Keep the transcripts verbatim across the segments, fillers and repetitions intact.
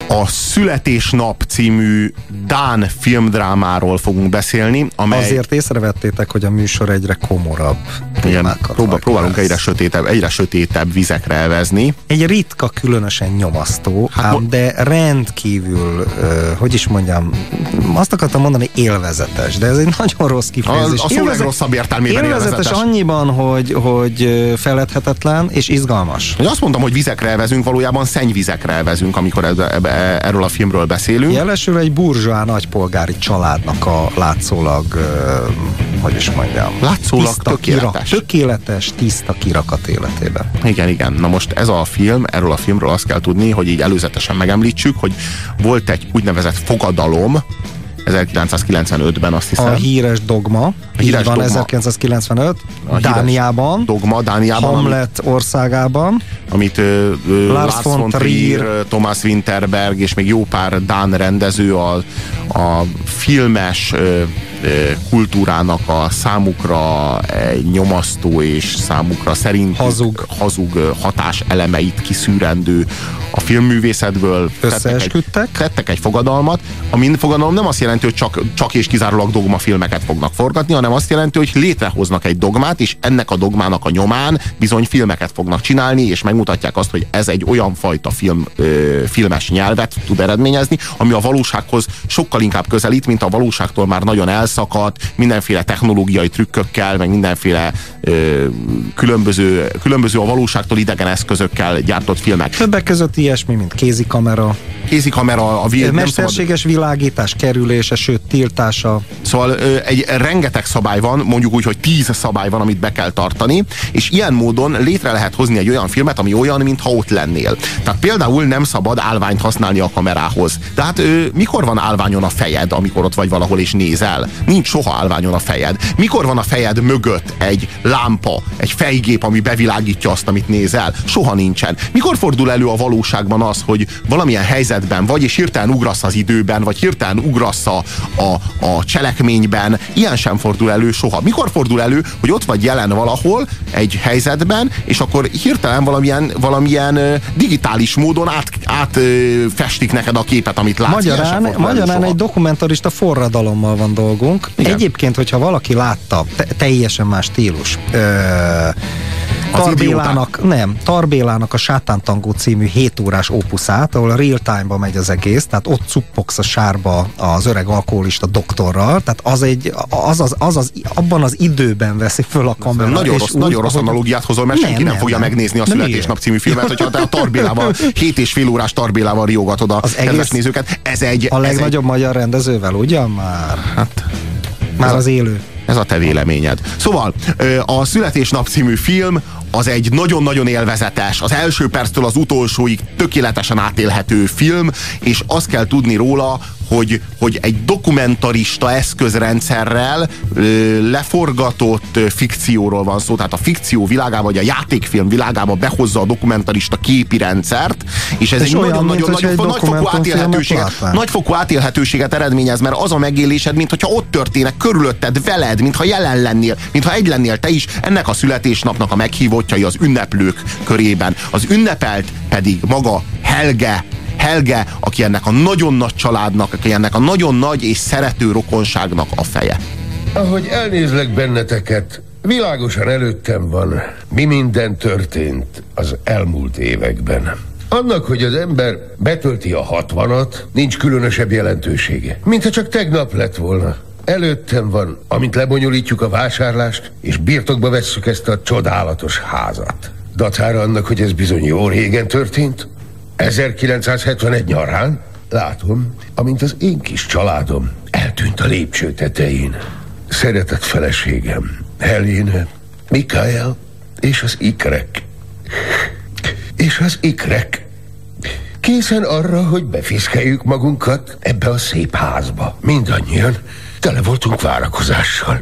A Születésnap című dán filmdrámáról fogunk beszélni, amely... Azért észrevettétek, hogy a műsor egyre komorabb témákat. Próba, próbálunk egyre sötétebb, egyre sötétebb vizekre elvezni. Egy ritka, különösen nyomasztó, hát, ám de rendkívül, uh, hogy is mondjam, azt akartam mondani, élvezetes, de ez egy nagyon rossz kifejezés. A, a szó legrosszabb értelmében élvezetes. Élvezetes annyiban, hogy, hogy feledhetetlen és izgalmas. Én azt mondtam, hogy vizekre elvezünk, valójában szennyvizekre elvezünk, amikor ez, erről a filmről beszélünk. Jelesül egy burzsóá nagypolgári családnak a látszólag, uh, hogy is mondjam, látszólag tökéletes. Kirak, tökéletes, tiszta kirakat életében. Igen, igen. Na most ez a film, erről a filmről azt kell tudni, hogy így előzetesen megemlítsük, hogy volt egy úgynevezett fogadalom, ezerkilencszázkilencvenötben, azt hiszem. A híres Dogma. A híres van, dogma. ezerkilencszázkilencvenöt. A Dániában. Dogma, Dániában. Hamlet amit, országában. Amit ö, ö, Lars von Trier, Thomas Winterberg és még jó pár dán rendező a, a filmes ö, ö, kultúrának a számukra nyomasztó és számukra szerint hazug, hazug hatás elemeit kiszűrendő a filmművészetből összeesküdtek. Tettek egy, tettek egy fogadalmat, ami fogadalom nem azt jelenti, hogy csak, csak és kizárólag dogmafilmeket fognak forgatni, hanem azt jelenti, hogy létrehoznak egy dogmát, és ennek a dogmának a nyomán bizony filmeket fognak csinálni, és megmutatják azt, hogy ez egy olyan fajta film, ö, filmes nyelvet tud eredményezni, ami a valósághoz sokkal inkább közelít, mint a valóságtól már nagyon elszakadt, mindenféle technológiai trükkökkel, meg mindenféle ö, különböző, különböző a valóságtól idegen eszközökkel gyártott filmek. Többek között ilyesmi, mint kézikamera. Kézikamera, a vé... mesterséges szabad... világítás kerülése, sőt tiltása. Szóval egy rengeteg szabály van, mondjuk úgy, hogy tíz szabály van, amit be kell tartani, és ilyen módon létre lehet hozni egy olyan filmet, ami olyan, mintha ott lennél. Tehát például nem szabad állványt használni a kamerához. Tehát mikor van állványon a fejed, amikor ott vagy valahol és nézel? Nincs soha állványon a fejed. Mikor van a fejed mögött egy lámpa, egy fejgép, ami bevilágítja azt, amit nézel? Soha nincsen. Mikor fordul elő a valóságban az, hogy valamilyen helyzetben vagy, és hirtelen ugrasz az időben, vagy hirtelen ugrasz a, a, a cselekményben? Ilyen sem fordul elő soha. Mikor fordul elő, hogy ott vagy jelen valahol egy helyzetben, és akkor hirtelen valamilyen, valamilyen digitális módon át, át festik neked a képet, amit látsz. Magyarán, magyarán egy dokumentarista forradalommal van dolgunk. Igen. Egyébként, hogyha valaki látta, te, teljesen más stílus. Ö, Tarbélának, nem, Tarbélának a Sátántangó című hét órás opuszát, ahol a real time-ba megy az egész, tehát ott cuppogsz a sárba az öreg alkoholista doktorral, tehát az egy, az az, az, az abban az időben veszi föl a kamera. Nagyon rossz, úgy, nagyon rossz analógiát hozol, mert nem, senki nem, nem fogja nem, megnézni a Születésnap című filmet, hogyha te a Tarbélával, hét és fél órás Tarbélával riogatod a kedves nézőket. Ez egy... A legnagyobb egy... magyar rendezővel, ugyan már? Hát, már az élő. Ez a te véleményed. Szóval a Születésnap című film az egy nagyon-nagyon élvezetes, az első perctől az utolsóig tökéletesen átélhető film, és azt kell tudni róla, hogy, hogy egy dokumentarista eszközrendszerrel ö, leforgatott fikcióról van szó, tehát a fikció világába, vagy a játékfilm világába behozza a dokumentarista képi rendszert, és ez és egy nagyon-nagyon nagyfokú átélhetőséget, nagyfokú átélhetőséget eredményez, mert az a megélésed, mintha ott történnek körülötted, veled, mintha jelen lennél, mintha egy lennél te is, ennek a születésnapnak a meghívottjai az ünneplők körében. Az ünnepelt pedig maga Helge, Helge, aki ennek a nagyon nagy családnak, aki ennek a nagyon nagy és szerető rokonságnak a feje. Ahogy elnézlek benneteket, világosan előttem van, mi minden történt az elmúlt években. Annak, hogy az ember betölti a hatvanat, nincs különösebb jelentősége. Mintha csak tegnap lett volna. Előttem van, amint lebonyolítjuk a vásárlást, és birtokba vesszük ezt a csodálatos házat. Dacára annak, hogy ez bizony jó régen történt, ezerkilencszázhetvenegy nyarán, látom, amint az én kis családom eltűnt a lépcső tetején. Szeretett feleségem, Helene, Mikael és az ikrek. És az ikrek készen arra, hogy befiszkeljük magunkat ebbe a szép házba. Mindannyian tele voltunk várakozással.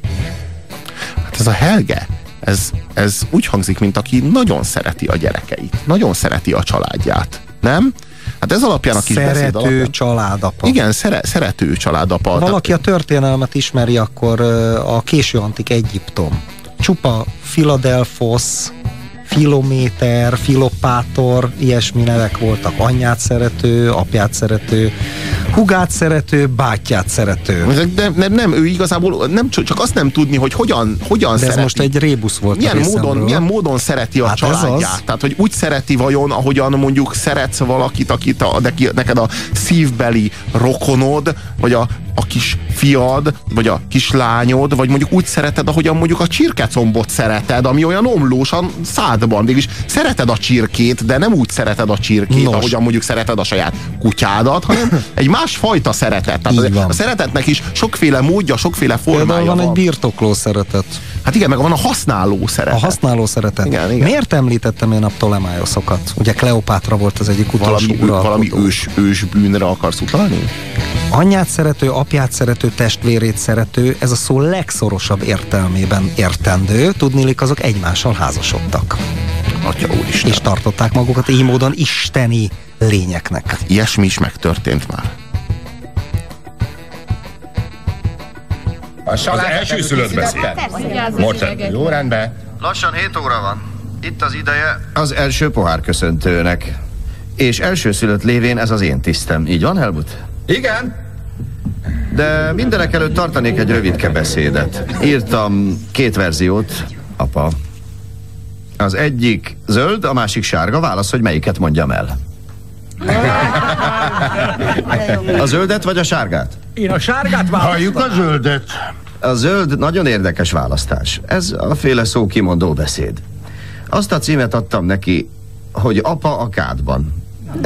Hát ez a Helge, ez, ez úgy hangzik, mint aki nagyon szereti a gyerekeit, nagyon szereti a családját, nem? Hát ez alapján a kis szerető beszéd alapján... családapa. Igen, szere, szerető családapa. Ha valaki a történelmet ismeri, akkor a késő antik Egyiptom. Csupa Philadelphos, Filométer, Filopátor, ilyesmi nevek voltak. Anyját szerető, apját szerető, hugát szerető, bátyját szerető. De nem, nem, ő igazából nem, csak azt nem tudni, hogy hogyan, hogyan De ez szereti. most egy rébusz volt milyen módon, milyen módon szereti a hát családját. Tehát, hogy úgy szereti vajon, ahogyan mondjuk szeretsz valakit, akit a, neked a szívbeli rokonod, vagy a, a kis fiad, vagy a kislányod, vagy mondjuk úgy szereted, ahogyan mondjuk a csirkecombot szereted, ami olyan omlósan szádban. Végülis szereted a csirkét, de nem úgy szereted a csirkét, Nos. ahogyan mondjuk szereted a saját kutyádat, hanem egy másfajta szeretet. Tehát a szeretetnek is sokféle módja, sokféle formája Például van. van egy birtokló szeretet. Hát igen, meg van a használó szeretet. A használó szeretet. Igen, igen. Miért említettem én a Ptolemaioszokat? Ugye Kleopátra volt az egyik utolsó Valami, uralkodó. valami ős, ős bűnre akarsz utalni? Anyját szerető, apját szerető, testvérét szerető, ez a szó legszorosabb értelmében értendő. Tudniillik, azok egymással házasodtak. Atya úristen. És tartották magukat így módon isteni lényeknek. Hát ilyesmi is megtörtént már. Az elsőszülött beszél. Morten, jó rendben. Lassan hét óra van. Itt az ideje az első pohár köszöntőnek. És elsőszülött lévén ez az én tisztem. Így van, Helmut? Igen. De mindenek előtt tartanék egy rövidke beszédet. Írtam két verziót, apa. Az egyik zöld, a másik sárga. Válasz, hogy melyiket mondjam el. A zöldet vagy a sárgát? Én a sárgát választom. Halljuk a zöldet. A zöld nagyon érdekes választás. Ez a féle szó kimondó beszéd. Azt a címet adtam neki, hogy apa a kádban.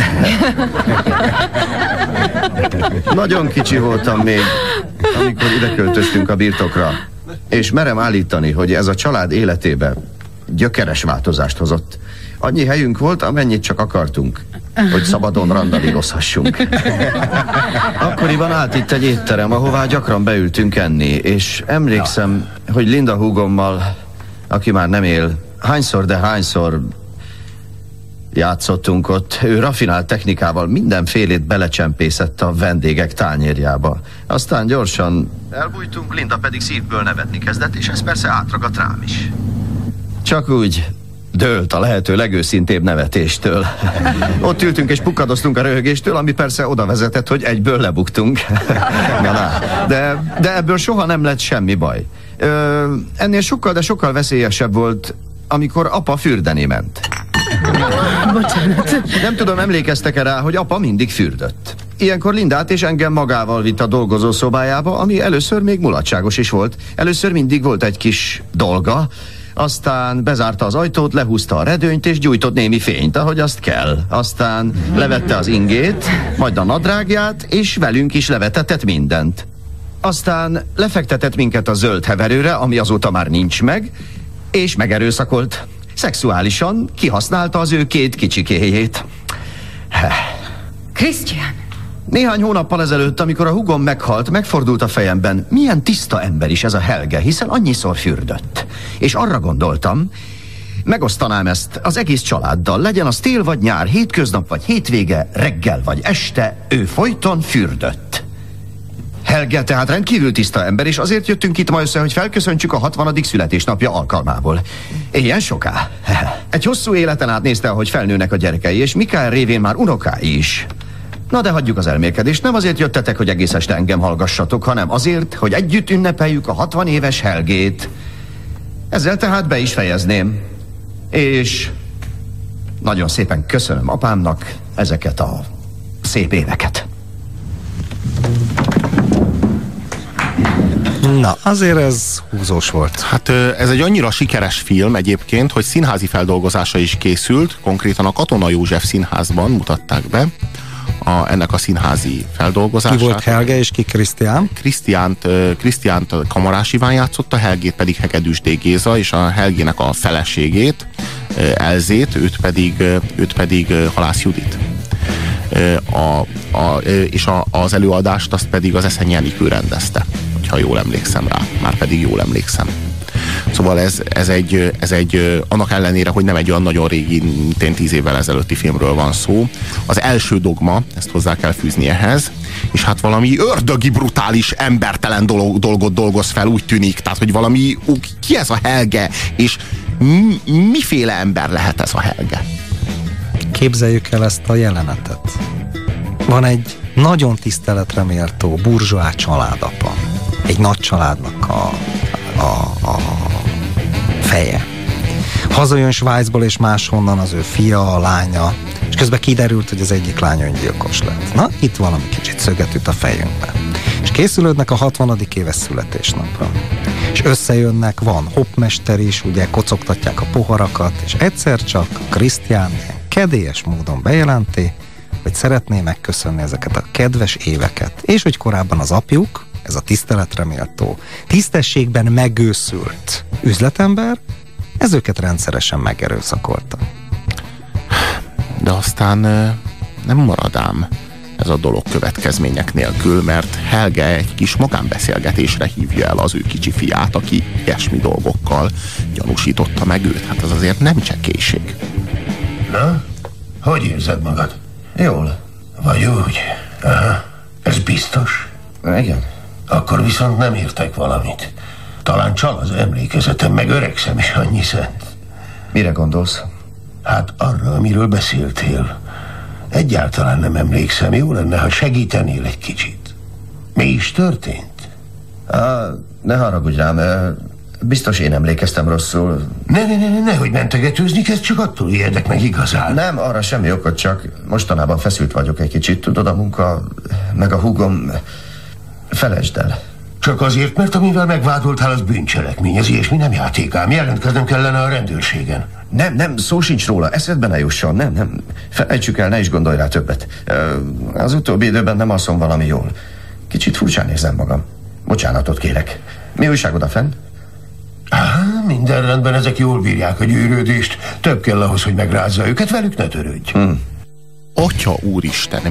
Nagyon kicsi voltam még, amikor ide költöztünk a birtokra, és merem állítani, hogy ez a család életébe gyökeres változást hozott. Annyi helyünk volt, amennyit csak akartunk, hogy szabadon randalírozhassunk. Akkoriban állt itt egy étterem, ahová gyakran beültünk enni, és emlékszem, hogy Linda húgommal, aki már nem él, hányszor, de hányszor játszottunk ott. Ő rafinált technikával mindenfélét belecsempészett a vendégek tányérjába. Aztán gyorsan elbújtunk, Linda pedig szívből nevetni kezdett, és ez persze átragadt rám is. Csak úgy dőlt a lehető legőszintébb nevetéstől. Ott ültünk és pukkadoztunk a röhögéstől, ami persze oda vezetett, hogy egyből lebuktunk. Na, na. De, de ebből soha nem lett semmi baj. Ö, ennél sokkal, de sokkal veszélyesebb volt, amikor apa fürdeni ment. Bocsánat. Nem tudom, emlékeztek-e rá, hogy apa mindig fürdött. Ilyenkor Lindát és engem magával vitt a dolgozó szobájába, ami először még mulatságos is volt. Először mindig volt egy kis dolga, aztán bezárta az ajtót, lehúzta a redőnyt és gyújtott némi fényt, ahogy azt kell. Aztán levette az ingét, majd a nadrágját, és velünk is levetetett mindent. Aztán lefektetett minket a zöld heverőre, ami azóta már nincs meg, és megerőszakolt. Szexuálisan kihasználta az ő két kicsikéjét. Krisztián! Néhány hónappal ezelőtt, amikor a húgom meghalt, megfordult a fejemben, milyen tiszta ember is ez a Helge, hiszen annyiszor fürdött. És arra gondoltam, megosztanám ezt az egész családdal, legyen az tél vagy nyár, hétköznap vagy hétvége, reggel vagy este, ő folyton fürdött. Helge tehát rendkívül tiszta ember, és azért jöttünk itt ma össze, hogy felköszöntsük a hatvanadik születésnapja alkalmából. Ilyen soká. Egy hosszú életen át nézte, ahogy felnőnek a gyerekei, és Mikael révén már unokái is. Na de hagyjuk az elmélkedést, nem azért jöttetek, hogy egész este engem hallgassatok, hanem azért, hogy együtt ünnepeljük a hatvan éves Helgét. Ezzel tehát be is fejezném. És nagyon szépen köszönöm apámnak ezeket a szép éveket. Na, azért ez húzós volt. Hát ez egy annyira sikeres film egyébként, hogy színházi feldolgozása is készült, konkrétan a Katona József Színházban mutatták be a, ennek a színházi feldolgozását. Ki volt Helge és ki Krisztián? Krisztiánt, Krisztiánt Kamarás Iván játszotta, Helgét pedig Hegedűs D. Géza, és a Helgének a feleségét, Elzét, őt pedig, őt pedig Halász Judit. A, a, és a, az előadást azt pedig az Eszenyi Enikő rendezte, ha jól emlékszem rá, már pedig jól emlékszem. Szóval ez, ez, egy, ez egy, annak ellenére, hogy nem egy olyan nagyon régi, mint tíz évvel ezelőtti filmről van szó. Az első dogma, ezt hozzá kell fűzni ehhez, és hát valami ördögi, brutális, embertelen dolog, dolgot dolgoz fel, úgy tűnik. Tehát, hogy valami, ó, ki ez a Helge? És Mi, miféle ember lehet ez a Helge? Képzeljük el ezt a jelenetet. Van egy nagyon tiszteletre méltó burzsóá családapa. Egy nagy családnak a, a, a feje. Hazajön Svájcból és máshonnan az ő fia, a lánya, és közben kiderült, hogy az egyik lány öngyilkos lett. Na, itt valami kicsit szöget üt a fejünkbe. És készülődnek a hatvanadik éves születésnapra. És összejönnek, van hoppmester is, ugye kocogtatják a poharakat, és egyszer csak Krisztián kedélyes módon bejelenti, hogy szeretné megköszönni ezeket a kedves éveket, és hogy korábban az apjuk, ez a tiszteletre méltó, tisztességben megőszült üzletember, ez őket rendszeresen megerőszakolta. De aztán nem marad ám ez a dolog következmények nélkül, mert Helge egy kis magánbeszélgetésre hívja el az ő kicsi fiát, aki ilyesmi dolgokkal gyanúsította meg őt. Hát az azért nem csekélység. Na, hogy érzed magad? Jól. Vagy úgy? Aha. Ez biztos? Igen. Akkor viszont nem értek valamit. Talán csal az emlékezetem, meg öregszem is annyi szent. Mire gondolsz? Hát arra, amiről beszéltél. Egyáltalán nem emlékszem. Jó lenne, ha segítenél egy kicsit. Mi is történt? Á, ne haragudj rám, biztos én emlékeztem rosszul. Ne, ne, ne, ne, nehogy mentegetőzni kezd, csak attól ijedek meg igazán. Nem, arra semmi okot, csak mostanában feszült vagyok egy kicsit. Tudod, a munka, meg a húgom, felejtsd el. Csak azért, mert amivel megvádoltál, az bűncselekmény. Ez ilyesmi nem játékám. Jelentkeznem kellene a rendőrségen. Nem, nem, szó sincs róla, eszedbe ne jusson, nem, nem. Felejtsük el, ne is gondolj rá többet. Az utóbbi időben nem alszom valami jól. Kicsit furcsán érzem magam. Bocsánatot kérek. Mi újság odafenn? Á, minden rendben, ezek jól bírják a gyűrődést. Több kell ahhoz, hogy megrázza őket, velük ne törődj. Hmm. Atya úristen,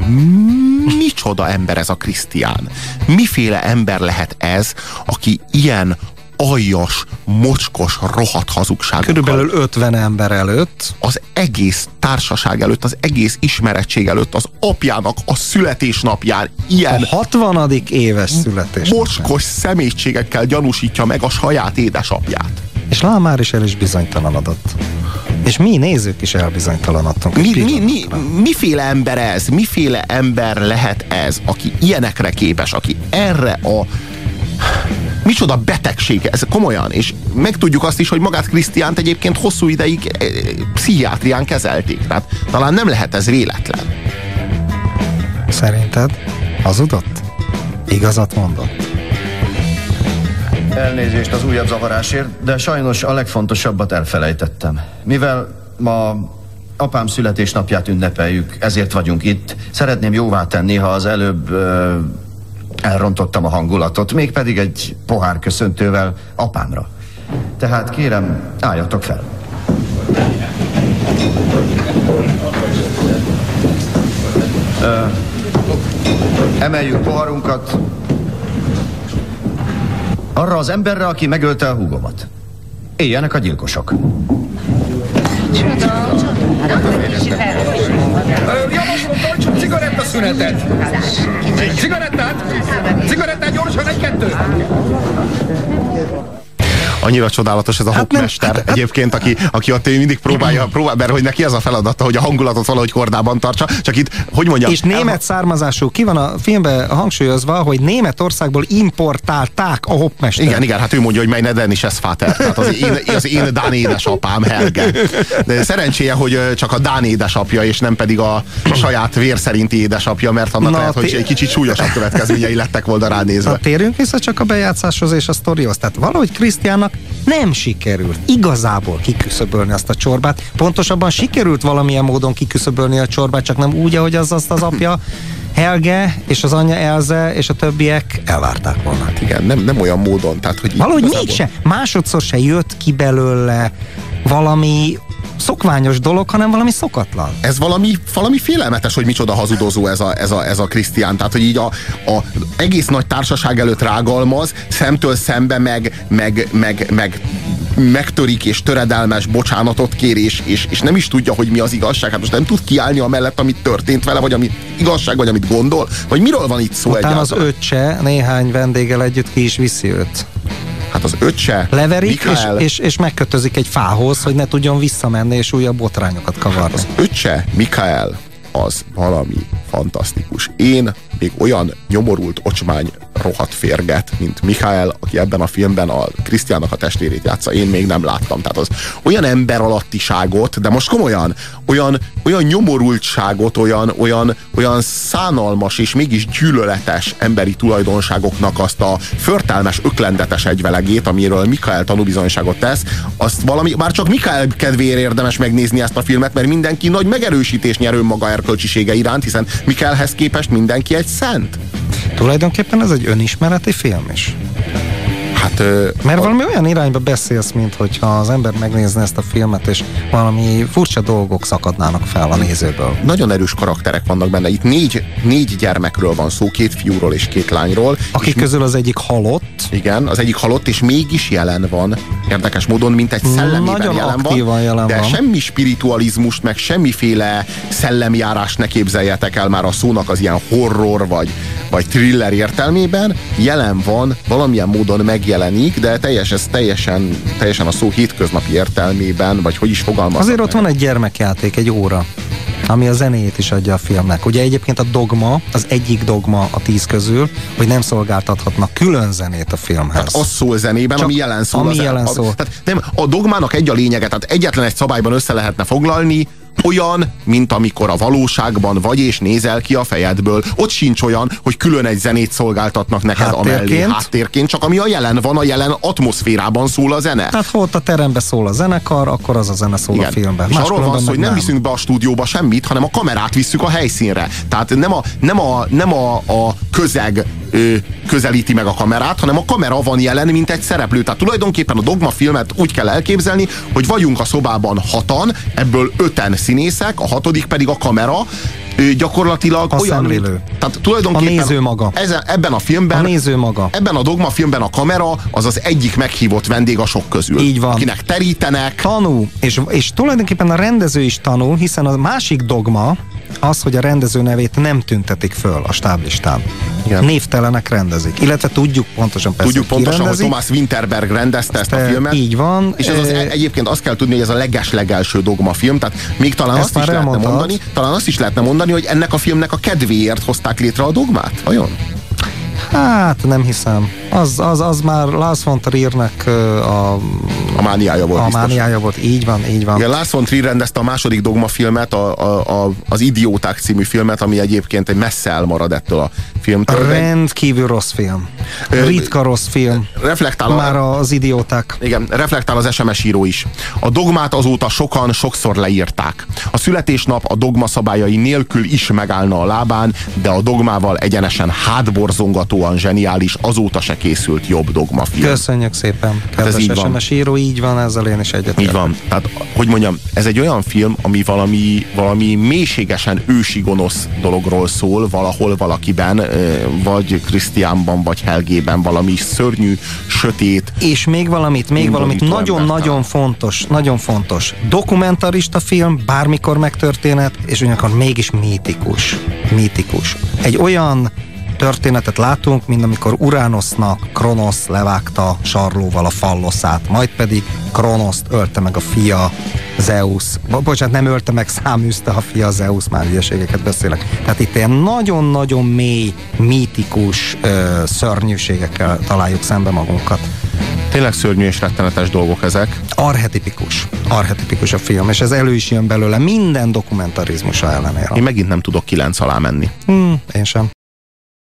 micsoda ember ez a Krisztián? Miféle ember lehet ez, aki ilyen aljas, mocskos, rohadt hazugságokkal. Körülbelül ötven ember előtt. Az egész társaság előtt, az egész ismerettség előtt, az apjának a születésnapján ilyen... A hatvanadik éves születésnapján. Mocskos szemétségekkel gyanúsítja meg a saját édesapját. És lám már is el is bizonytalanodott. És mi nézők is elbizonytalanodtunk. Mi, mi, mi, miféle ember ez? Miféle ember lehet ez, aki ilyenekre képes, aki erre a... Micsoda betegség ez, komolyan, és megtudjuk azt is, hogy magát Krisztiánt egyébként hosszú ideig e, pszichiátrián kezelték, tehát talán nem lehet ez véletlen. Szerinted hazudott? Igazat mondott? Elnézést az újabb zavarásért, de sajnos a legfontosabbat elfelejtettem. Mivel ma apám születésnapját ünnepeljük, ezért vagyunk itt, szeretném jóvá tenni, ha az előbb... Ö, elrontottam a hangulatot, mégpedig egy pohár köszöntővel apámra. Tehát kérem, álljatok fel. Ö, emeljük poharunkat arra az emberre, aki megölte a húgomat. Éljenek a gyilkosok. Javaslom, tartsunk cigarettaszünetet! Cigarettát! Cigarettát gyorsan, egy-kettő! Annyira csodálatos ez a hát hoppmester hát, egyébként, aki, aki ott mindig próbálja, próbál, mert hogy neki az a feladata, hogy a hangulatot valahogy kordában tartsa, csak itt, hogy mondjam... És német el... származású, ki van a filmben hangsúlyozva, hogy Németországból importálták a hoppmester. Igen, igen, hát ő mondja, hogy meine Dennis es Vater, tehát az én, az én dán édesapám Helge. De szerencséje, hogy csak a dán édesapja, és nem pedig a saját vér szerinti édesapja, mert annak Na, lehet, hogy egy kicsit súlyosabb következményei lettek volna ránézve. Na, térjünk vissza csak a bejátszáshoz és a sztorihoz. Tehát valahogy Krisztiánnak nem sikerült igazából kiküszöbölni azt a csorbát. Pontosabban sikerült valamilyen módon kiküszöbölni a csorbát, csak nem úgy, ahogy az azt az apja Helge és az anyja Elze és a többiek elvárták volna. Hát igen, nem, nem olyan módon. Tehát, hogy valahogy igazából... mégse, másodszor se jött ki belőle valami szokványos dolog, hanem valami szokatlan. Ez valami, valami félelmetes, hogy micsoda hazudozó ez a, ez a, ez a Krisztián. Tehát, hogy így a, a egész nagy társaság előtt rágalmaz, szemtől szembe meg, meg, meg, meg megtörik és töredelmes bocsánatot kér, és, és, és nem is tudja, hogy mi az igazság. Hát most nem tud kiállni amellett, amit történt vele, vagy amit igazság, vagy amit gondol, vagy miről van itt szó Utána egyáltalán. Az öccse néhány vendéggel együtt ki is viszi őt. Hát az öccse, leverik, Mikael, és, és, és megkötözik egy fához, hogy ne tudjon visszamenni, és újabb botrányokat kavarni. az öccse, Mikael, az valami fantasztikus. Én még olyan nyomorult ocsmány rohadt férget, mint Mikael, aki ebben a filmben a Krisztiánnak a testvérét játsza, én még nem láttam. Tehát az olyan ember alattiságot, de most komolyan, olyan, olyan nyomorultságot, olyan, olyan, olyan szánalmas és mégis gyűlöletes emberi tulajdonságoknak azt a förtelmes, öklendetes egyvelegét, amiről Mikael tanúbizonyságot tesz, azt valami, már csak Mikael kedvéért érdemes megnézni ezt a filmet, mert mindenki nagy megerősítés nyer önmaga erkölcsisége iránt, hiszen Mikaelhez képest mindenki egy szent. Tulajdonképpen ez egy önismereti film is. Hát, ö, Mert a... valami olyan irányba beszélsz, mint hogyha az ember megnézne ezt a filmet, és valami furcsa dolgok szakadnának fel a nézőből. Nagyon erős karakterek vannak benne. Itt négy, négy gyermekről van szó, két fiúról és két lányról. Akik közül az egyik halott. Igen, az egyik halott, és mégis jelen van. Érdekes módon, mint egy szellemében Nagyon jelen van, jelen de van. semmi spiritualizmust, meg semmiféle szellemjárást ne képzeljetek el már a szónak az ilyen horror vagy, vagy thriller értelmében. Jelen van, valamilyen módon megjelenik, de teljes, ez teljesen, teljesen a szó hétköznapi értelmében, vagy hogy is fogalmazok. Azért ott meg. van egy gyermekjáték, egy óra, ami a zenéjét is adja a filmnek. Ugye egyébként a dogma, az egyik dogma a tíz közül, hogy nem szolgáltathatnak külön zenét a filmhez. Tehát az szól zenében, Csak ami jelen szól. ami az jelen a, szól. Tehát nem, a dogmának egy a lényege, tehát egyetlen egy szabályban össze lehetne foglalni, olyan, mint amikor a valóságban vagy és nézel ki a fejedből. Ott sincs olyan, hogy külön egy zenét szolgáltatnak neked Háttérként. amellé háttérként, csak ami a jelen van, a jelen atmoszférában szól a zene. Tehát ha ott a teremben szól a zenekar, akkor az a zene szól Igen. a filmben. És arról van szó, hogy nem, nem viszünk be a stúdióba semmit, hanem a kamerát visszük a helyszínre. Tehát nem a, nem a, nem a, a közeg ö, közelíti meg a kamerát, hanem a kamera van jelen, mint egy szereplő. Tehát tulajdonképpen a Dogma filmet úgy kell elképzelni, hogy vagyunk a szobában hatan, ebből öten színészek, a hatodik pedig a kamera, ő gyakorlatilag a olyan... szemlélő. Tehát tulajdonképpen a néző maga. Ezen, ebben a filmben... A néző maga. Ebben a Dogma filmben a kamera az az egyik meghívott vendég a sok közül. Így van. Akinek terítenek. Tanul, és, és tulajdonképpen a rendező is tanul, hiszen a másik dogma az, hogy a rendező nevét nem tüntetik föl a stáblistán. Igen. Névtelenek rendezik. Illetve tudjuk pontosan persze, Tudjuk hogy pontosan, hogy rendezi. Thomas Winterberg rendezte ezt a Ezt, filmet. így van. És ez az, E- egyébként azt kell tudni, hogy ez a leges-legelső Dogma film, tehát még talán Ezt azt is már lehetne elmondtad. mondani, talán azt is lehetne mondani, hogy ennek a filmnek a kedvéért hozták létre a Dogmát. Vajon? Hát nem hiszem. Az, az, az már Lars von Triernek a, A mániája volt a biztos. mániája volt. Így van, így van. Igen, Lars von Trier rendezte a második Dogma filmet, a, a, a, az Idióták című filmet, ami egyébként egy messze elmarad ettől a filmtől. Rendkívül rossz film. Ritka rossz film. Reflektál a, Már az idióták. Igen, reflektál az es em es író is. A Dogmát azóta sokan sokszor leírták. A születésnap a dogma szabályai nélkül is megállna a lábán, de a Dogmával egyenesen hátborzongatóan zseniális, azóta se készült jobb Dogma film. Köszönjük szépen, Hát ez kedves így van. es em es író, így van, ezzel én is egyetértek. Így van. Tehát, hogy mondjam, ez egy olyan film, ami valami, valami mélységesen ősi gonosz dologról szól, valahol valakiben, vagy Krisztiánban, vagy Helgében, valami szörnyű, sötét. És még valamit, még valamit Indulító nagyon-nagyon embertelen. fontos, nagyon fontos. Dokumentarista film, bármikor megtörténhet, és ugyanakkor mégis mítikus. Mítikus. Egy olyan történetet látunk, mint amikor Uránosznak Kronosz levágta sarlóval a falloszát, majd pedig Kronoszt ölte meg a fia Zeus. Bo- bocsánat, nem ölte meg, száműzte a fia Zeus, már hülyeségeket beszélek. Tehát itt ilyen nagyon-nagyon mély, mítikus ö, szörnyűségekkel találjuk szembe magunkat. Tényleg szörnyű és rettenetes dolgok ezek. Archetipikus. Archetipikus a film, és ez elő is jön belőle minden dokumentarizmusa ellenére. Én megint nem tudok kilenc alá menni. Hmm, én sem.